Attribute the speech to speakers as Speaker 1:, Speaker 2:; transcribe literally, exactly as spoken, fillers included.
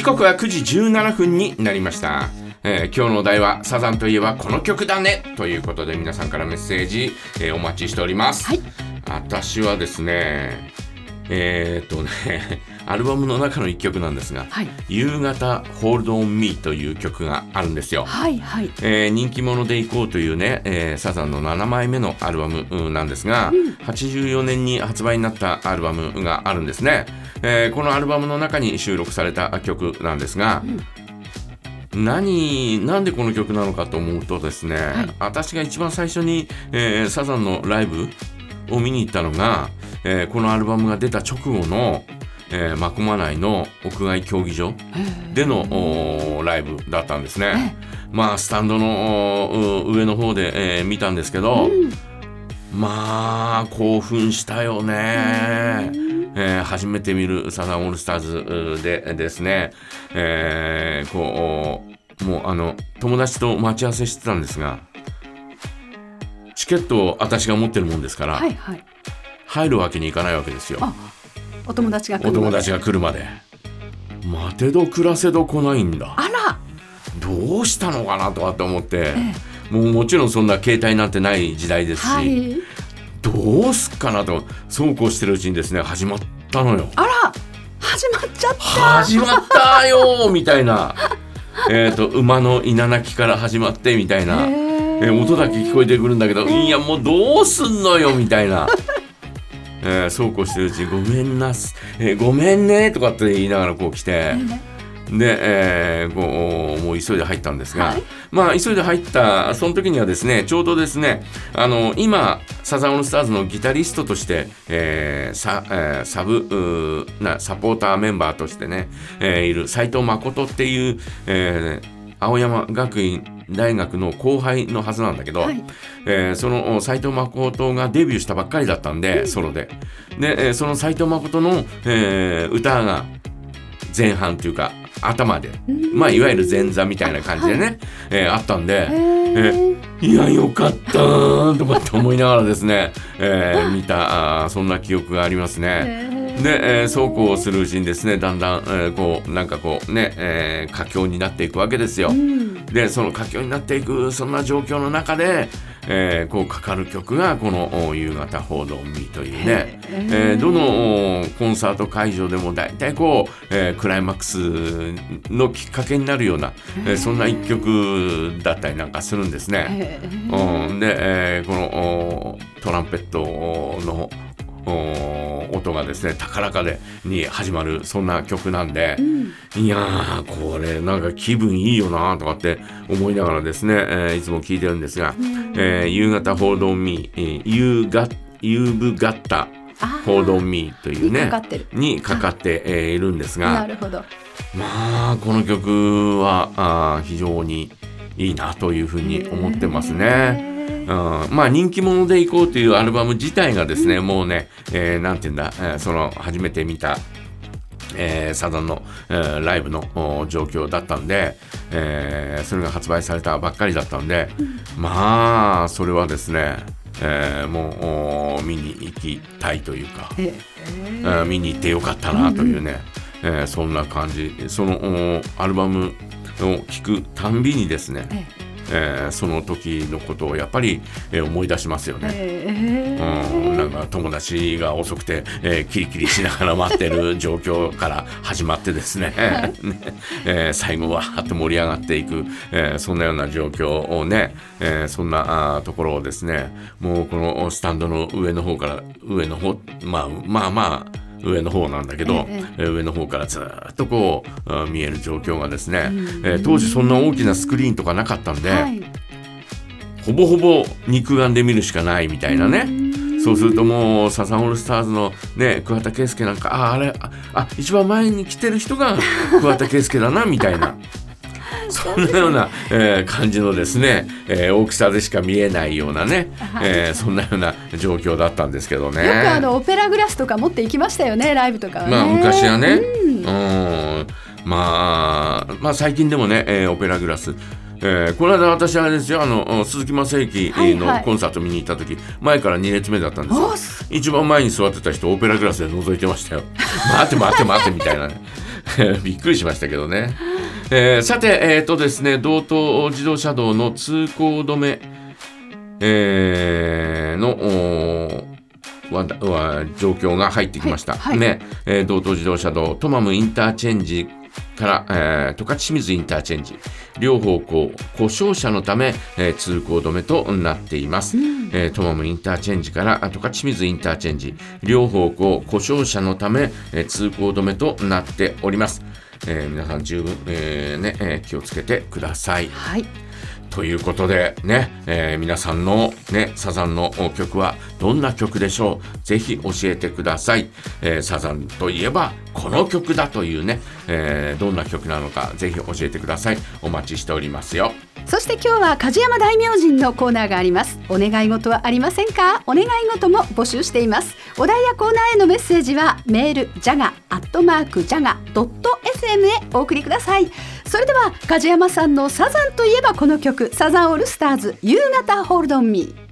Speaker 1: 刻はくじじゅうななふんになりました。えー、今日のお題はサザンといえばこの曲だねということで皆さんからメッセージ、えー、お待ちしております、はい、私はですねえー、っとねアルバムの中の一曲なんですが、はい、夕方 Hold on Me という曲があるんですよ、はいはいえー、人気者でいこうというね、えー、サザンのななまいめのアルバムなんですが、うん、はちじゅうよねんに発売になったアルバムがあるんですね、えー、このアルバムの中に収録された曲なんですが、うん、何なんでこの曲なのかと思うとですね、はい、私が一番最初に、えー、サザンのライブを見に行ったのが、えー、このアルバムが出た直後のえー、真駒内の屋外競技場でのライブだったんですね。まあスタンドの上の方で、えー、見たんですけど、うん、まあ興奮したよね、えー、初めて見るサザンオールスターズでですね、えー、こうもうあの友達と待ち合わせしてたんですが、チケットを私が持ってるもんですから、はいはい、入るわけにいかないわけですよ。
Speaker 2: お友達が来るまで。
Speaker 1: お友達が来るまで待てど暮らせど来ないんだ。
Speaker 2: あら
Speaker 1: どうしたのかなとかって思って、ええ、もうもちろんそんな携帯なんてない時代ですし、はい、どうすっかなとそうこうしてるうちにですね始まったのよ。
Speaker 2: あら始まっちゃった。
Speaker 1: 始まったよみたいなえと馬の稲鳴きから始まってみたいな、え音だけ聞こえてくるんだけど、いやもうどうすんのよみたいなえー、そうこうしてるうちにごめんなす、えー、ごめんねとかって言いながらこう来て、で、えー、こうもう急いで入ったんですが、はい、まあ急いで入ったその時にはですねちょうどですねあの今サザンオールスターズのギタリストとして、えー サ, えー、サブなサポーターメンバーとしてね、えー、いる斉藤誠っていう、えー、青山学院大学の後輩のはずなんだけど、はい、えー、その斉藤誠がデビューしたばっかりだったんで、うん、ソロでで、えー、その斉藤誠の、えー、歌が前半というか頭で、うん、まあいわゆる前座みたいな感じでね、はい、えー、あったんで、えー、いやよかったとかって思いながらですね、えー、見たあそんな記憶がありますね。で、えー、そうこうするうちにですねだんだん、えー、こうなんかこうね、えー、佳境になっていくわけですよ、うん、でその佳境になっていくそんな状況の中で、えー、こうかかる曲がこの夕方報道ミーというね、えー、どのコンサート会場でもだいたいこう、えー、クライマックスのきっかけになるような、えー、そんな一曲だったりなんかするんですね、うん、で、えー、このトランペットの音がですね高らかでに始まるそんな曲なんで、うん、いやーこれなんか気分いいよなとかって思いながらですね、えー、いつも聴いてるんですが、うん、えー、夕方報道ミー、夕が夕ぶがった報道ミーというねにかかってるにかかって、えー、いるんですが、
Speaker 2: なるほど。
Speaker 1: まあこの曲はあ非常にいいなというふうに思ってますね。うん、まあ人気者でいこうというアルバム自体がですね、うん、もうね、えー、なんていうんだ、えー、その初めて見た、えー、サザンの、えー、ライブの状況だったんで、えー、それが発売されたばっかりだったんで、うん、まあそれはですね、えー、もう見に行きたいというか、えー、見に行ってよかったなというね、うんうん、えー、そんな感じ。そのアルバムを聴くたんびにですね、えーえー、その時のことをやっぱり、えー、思い出しますよね、えーうん、なんか友達が遅くて、えー、キリキリしながら待ってる状況から始まってですね、はいえー、最後ははっと盛り上がっていく、えー、そんなような状況をね、えー、そんなあところをですねもうこのスタンドの上の方から上の方、まあ、まあまあ上の方なんだけど、ええ、上の方からずっとこう見える状況がですね、えー、当時そんな大きなスクリーンとかなかったんで、はい、ほぼほぼ肉眼で見るしかないみたいなね。そうするともうサザンオールスターズのね桑田佳祐なんかああれああ一番前に来てる人が桑田佳祐だなみたいなそんなような、えー、感じのですね、えー、大きさでしか見えないようなね、はいえー、そんなような状況だったんですけどね。
Speaker 2: よくあのオペラグラスとか持って行きましたよね、ライブとかはね。
Speaker 1: まあ昔はね、うん、うんまあ、まあ最近でもね、えー、オペラグラスえー、この間私あれですよあの鈴木雅之のコンサート見に行った時、はいはい、前からに列目だったんですよ。一番前に座ってた人オペラグラスで覗いてましたよ待って待って待ってみたいなねびっくりしましたけどね。えー、さて、えーとですね、道東自動車道の通行止め、えー、のわわ状況が入ってきました。
Speaker 2: はいはい、
Speaker 1: ね、えー、道東自動車道トマムインターチェンジから、えー、十勝清水インターチェンジ両方向故障車のため、えー、通行止めとなっています。うん、えー、トマムインターチェンジから十勝清水インターチェンジ両方向故障車のため、えー、通行止めとなっております。えー、皆さん十分、えーねえー、気をつけてください。
Speaker 2: はい。
Speaker 1: ということでね、えー、皆さんのねサザンの曲はどんな曲でしょう。ぜひ教えてください。えー、サザンといえばこの曲だというね、えー、どんな曲なのかぜひ教えてください。お待ちしておりますよ。
Speaker 2: そして今日は梶山大明神のコーナーがあります。お願い事はありませんか？お願い事も募集しています。お題やコーナーへのメッセージはメールジャガアットマークジャガドットエフエムへお送りください。それでは梶山さんのサザンといえばこの曲、サザンオールスターズ夕方ホールドンミー。